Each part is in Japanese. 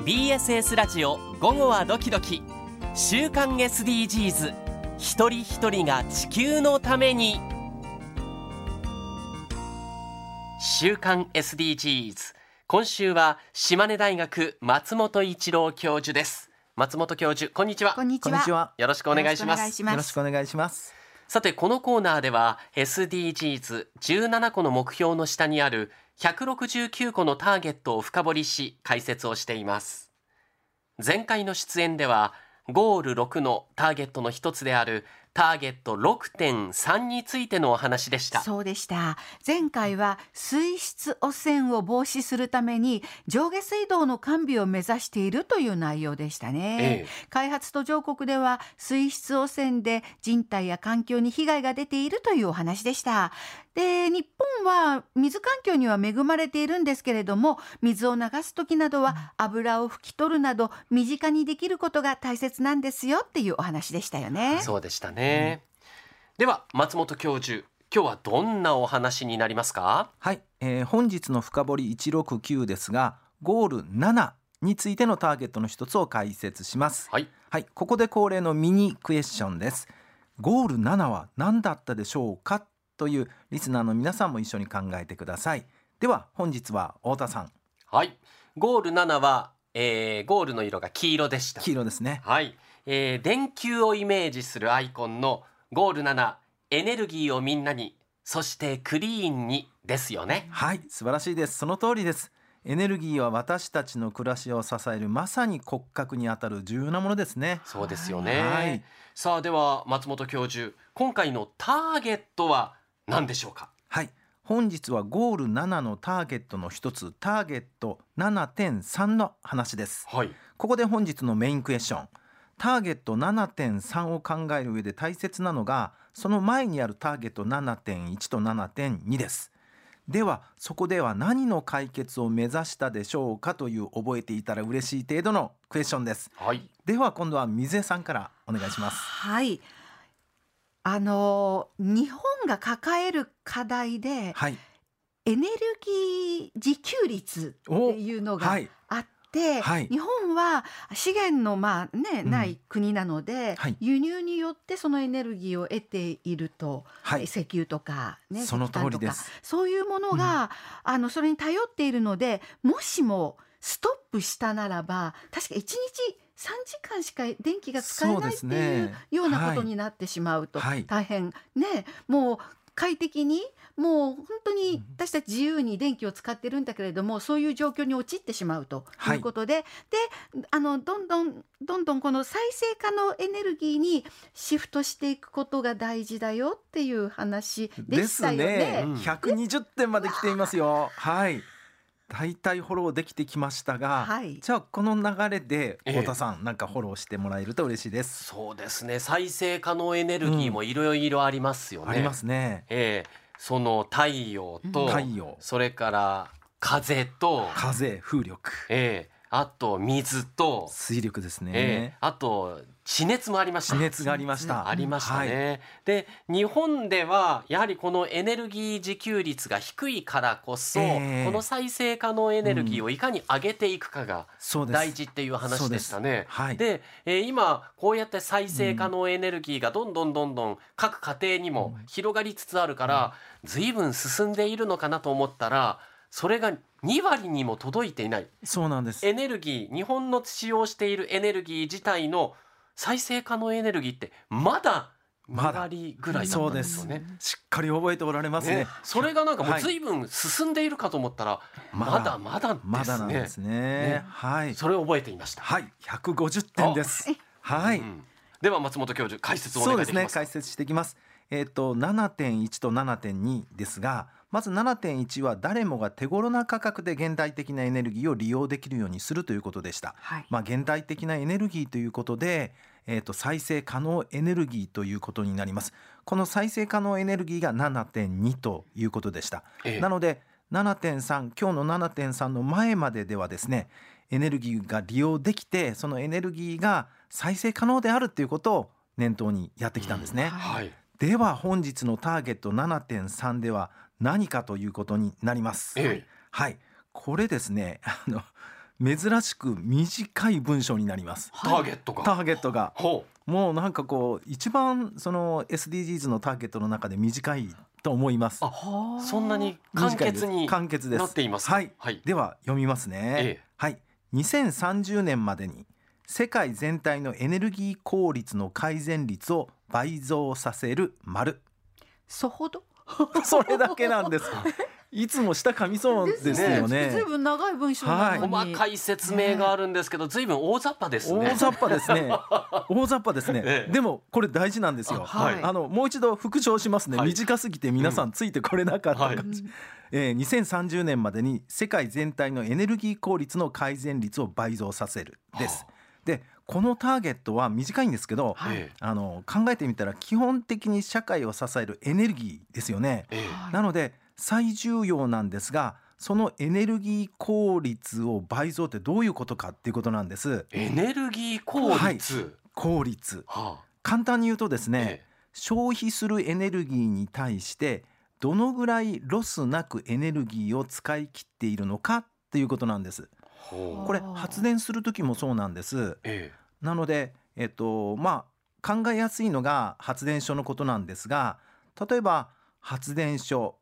BSS ラジオ午後はドキドキ週刊 SDGs 一人一人が地球のために。週刊 SDGs、 今週は島根大学松本一郎教授です。松本教授、こんにちは。 こんにちは。 よろしくお願いします。 よろしくお願いします。 さて、このコーナーでは SDGs17 個の目標の下にある169個のターゲットを深掘りし解説をしています。前回の出演ではゴール6のターゲットの一つであるターゲット 6.3 についてのお話でした。 そうでした。前回は水質汚染を防止するために上下水道の完備を目指しているという内容でしたね。開発途上国では水質汚染で人体や環境に被害が出ているというお話でした。で、日本は水環境には恵まれているんですけれども、水を流す時などは油を拭き取るなど身近にできることが大切なんですよっていうお話でしたよね。 そうでしたね。では松本教授、今日はどんなお話になりますか？ はい、本日の深掘り169ですが、ゴール7についてのターゲットの一つを解説します。はい、ここで恒例のミニクエスチョンです。ゴール7は何だったでしょうかというリスナーの皆さんも一緒に考えてください。では本日は太田さん。 はい、ゴール7は、ゴールの色が黄色でした。 黄色ですね。 はい、電球をイメージするアイコンのゴール7、エネルギーをみんなに、そしてクリーンにですよね。 はい、素晴らしいです。その通りです。エネルギーは私たちの暮らしを支えるまさに骨格にあたる重要なものですね。 そうですよね。さあ、では松本教授、今回のターゲットは何でしょうか？ はい、本日はゴール7のターゲットの一つ、ターゲット 7.3 の話です。ここで本日のメインクエスチョン、ターゲット 7.3 を考える上で大切なのがその前にあるターゲット 7.1 と 7.2 です。ではそこでは何の解決を目指したでしょうかという、覚えていたら嬉しい程度のクエスチョンです。では今度は水江さんからお願いします。 はい、日本が抱える課題で、エネルギー自給率っていうのがあって、日本は資源のない国なので、輸入によってそのエネルギーを得ていると、石油とか、 その通りです。 そういうものが、それに頼っているので、もしもストップしたならば確か1日3時間しか電気が使えないっていうようなことになってしまうと、大変ね、もう快適に、もう本当に私たち自由に電気を使ってるんだけれども、そういう状況に陥ってしまうということで、どんどんこの再生可能エネルギーにシフトしていくことが大事だよっていう話でしたよね。 ですね。120点まで来ていますよ。大体フォローできてきましたが、じゃあこの流れで太田さん、なんかフォローしてもらえると嬉しいです。 そうですね、再生可能エネルギーもいろいろありますよね。 ありますね。 その太陽と、それから風と風力、 あと水と水力ですね。 あと地熱もありました。 地熱がありました。 ありましたね。で、日本ではやはりこのエネルギー自給率が低いからこそ、この再生可能エネルギーをいかに上げていくかが大事っていう話でしたね。で、今こうやって再生可能エネルギーがどんどん各家庭にも広がりつつあるから、随分進んでいるのかなと思ったら、それが2割にも届いていない。 そうなんです。 エネルギー、日本の使用しているエネルギー自体の再生可能エネルギーってまだ2割ぐらいだったんですよね。 しっかり覚えておられますね。 それがなんかもう随分進んでいるかと思ったら、まだまだなんですね。 それを覚えていました。 150点です。 では松本教授、解説をお願いできますか？ 解説していきます。7.1 と 7.2 ですが、まず 7.1 は誰もが手頃な価格で現代的なエネルギーを利用できるようにするということでした。現代的なエネルギーということで、再生可能エネルギーということになります。この再生可能エネルギーが 7.2 ということでした。なので 7.3、 今日の 7.3 の前までではですね、エネルギーが利用できて、そのエネルギーが再生可能であるということを念頭にやってきたんですね。では本日のターゲット 7.3 では何かということになります。これですね、 珍しく短い文章になります。 ターゲットがもうなんかこう一番その SDGs のターゲットの中で短いと思います。 そんなに簡潔になっています。 はい、では読みますね。はい、2030年までに世界全体のエネルギー効率の改善率を倍増させる丸。 そほどそれだけなんです。いつも下噛みそうですよね。 ずいぶん長い文章なのに、 細かい説明があるんですけど、ずいぶん大雑把ですね。 大雑把ですね。大雑把ですね。でもこれ大事なんですよ。もう一度復唱しますね。短すぎて皆さんついてこれなかった感じ。2030年までに世界全体のエネルギー効率の改善率を倍増させるです。でこのターゲットは短いんですけど、考えてみたら基本的に社会を支えるエネルギーですよね。なので最重要なんですが、そのエネルギー効率を倍増ってどういうことかっていうことなんです。 エネルギー効率、 効率、簡単に言うとですね、消費するエネルギーに対してどのぐらいロスなくエネルギーを使い切っているのかっていうことなんです。これ発電する時もそうなんです。なので、考えやすいのが発電所のことなんですが、例えば発電所、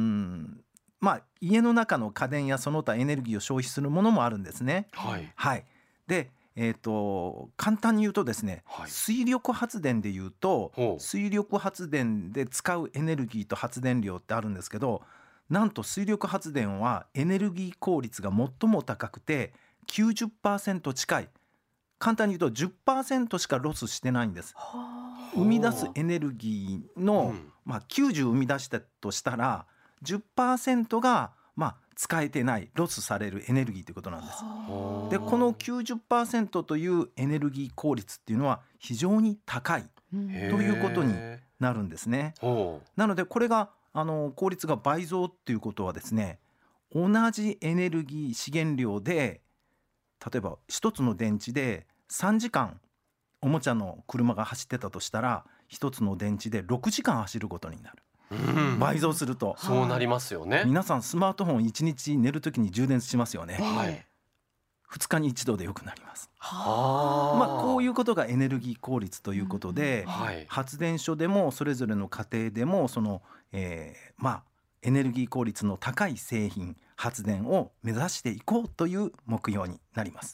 家の中の家電やその他エネルギーを消費するものもあるんですね。で、簡単に言うとですね、水力発電でいうと、水力発電で使うエネルギーと発電量ってあるんですけど、なんと水力発電はエネルギー効率が最も高くて 90% 近い。簡単に言うと 10% しかロスしてないんです。生み出すエネルギーの、90生み出したとしたら 10% が使えてない、ロスされるエネルギーということなんです。でこの 90% というエネルギー効率っていうのは非常に高いということになるんですね。なのでこれが効率が倍増っていうことはですね、同じエネルギー資源量で例えば一つの電池で3時間おもちゃの車が走ってたとしたら、一つの電池で6時間走ることになる。倍増するとそうなりますよね。 皆さんスマートフォン1日寝るときに充電しますよね。2日に1度でよくなります。こういうことがエネルギー効率ということで、発電所でもそれぞれの家庭でもその、エネルギー効率の高い製品発電を目指していこうという目標になります。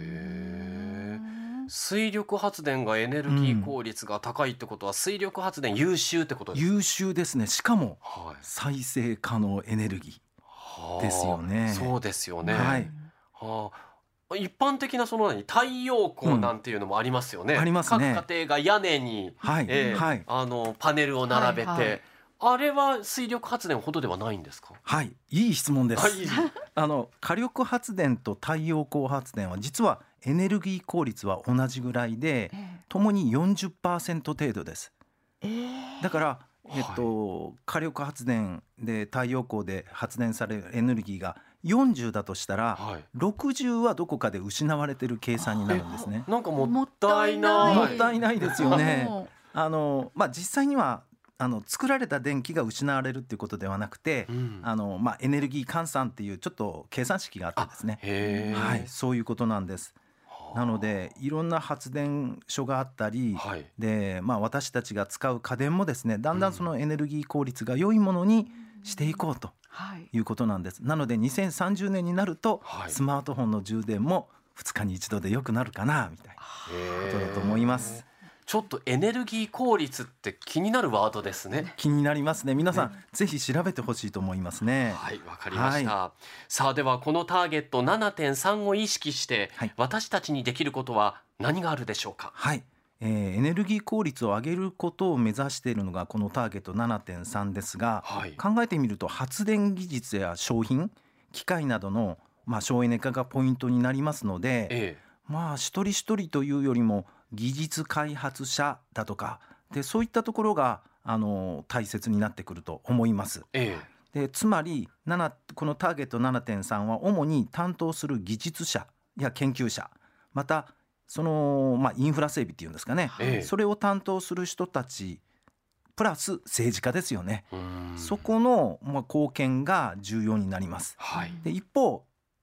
水力発電がエネルギー効率が高いってことは、水力発電優秀ってことですか？ 優秀ですね。しかも再生可能エネルギーですよね。 そうですよね。一般的なその太陽光なんていうのもありますよね。 ありますね。 各家庭が屋根に、パネルを並べて、あれは水力発電ほどではないんですか？ いい質問です。火力発電と太陽光発電は実はエネルギー効率は同じぐらいで、ともに 40% 程度です。だから、火力発電で太陽光で発電されるエネルギーが40だとしたら、60はどこかで失われてる計算になるんですね。 なんかもったいないですよね。実際には作られた電気が失われるっていうことではなくて、エネルギー換算っていうちょっと計算式があってですね、そういうことなんです。なのでいろんな発電所があったり、で私たちが使う家電もですね、だんだんそのエネルギー効率が良いものにしていこうということなんです。なので2030年になると、スマートフォンの充電も2日に1度で良くなるかなみたいなことだと思います。 ちょっとエネルギー効率って気になるワードですね。 気になりますね。皆さん、ぜひ調べてほしいと思いますね。 わかりました。さあではこのターゲット 7.3 を意識して、私たちにできることは何があるでしょうか？ エネルギー効率を上げることを目指しているのがこのターゲット 7.3 ですが、考えてみると発電技術や商品機械などの、省エネ化がポイントになりますので、一人一人というよりも技術開発者だとかで、そういったところが大切になってくると思います。でつまりこのターゲット 7.3 は主に担当する技術者や研究者、またその、インフラ整備っていうんですかね、それを担当する人たちプラス政治家ですよね。そこの、貢献が重要になります。で一方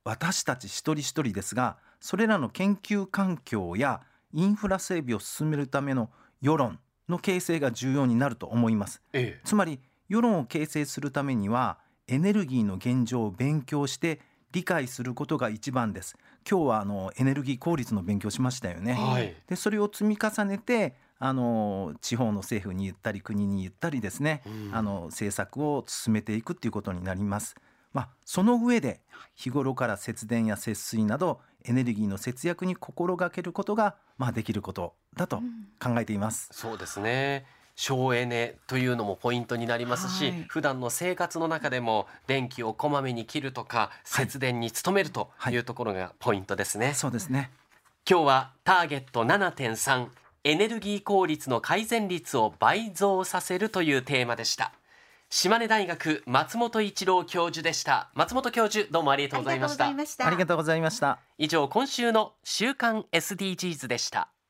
私たち一人一人ですが、それらの研究環境やインフラ整備を進めるための世論の形成が重要になると思います。つまり世論を形成するためにはエネルギーの現状を勉強して理解することが一番です。今日はエネルギー効率の勉強しましたよね。でそれを積み重ねて地方の政府に言ったり国に言ったりですね、政策を進めていくっていうことになります。その上で日頃から節電や節水などエネルギーの節約に心がけることができることだと考えています。 そうですね。省エネというのもポイントになりますし、普段の生活の中でも電気をこまめに切るとか節電に努めるというところがポイントですね。 そうですね。 今日はターゲット 7.3 エネルギー効率の改善率を倍増させるというテーマでした。島根大学松本一郎教授でした。松本教授、どうもありがとうございました。 ありがとうございました。 以上、今週の週刊 SDGs でした。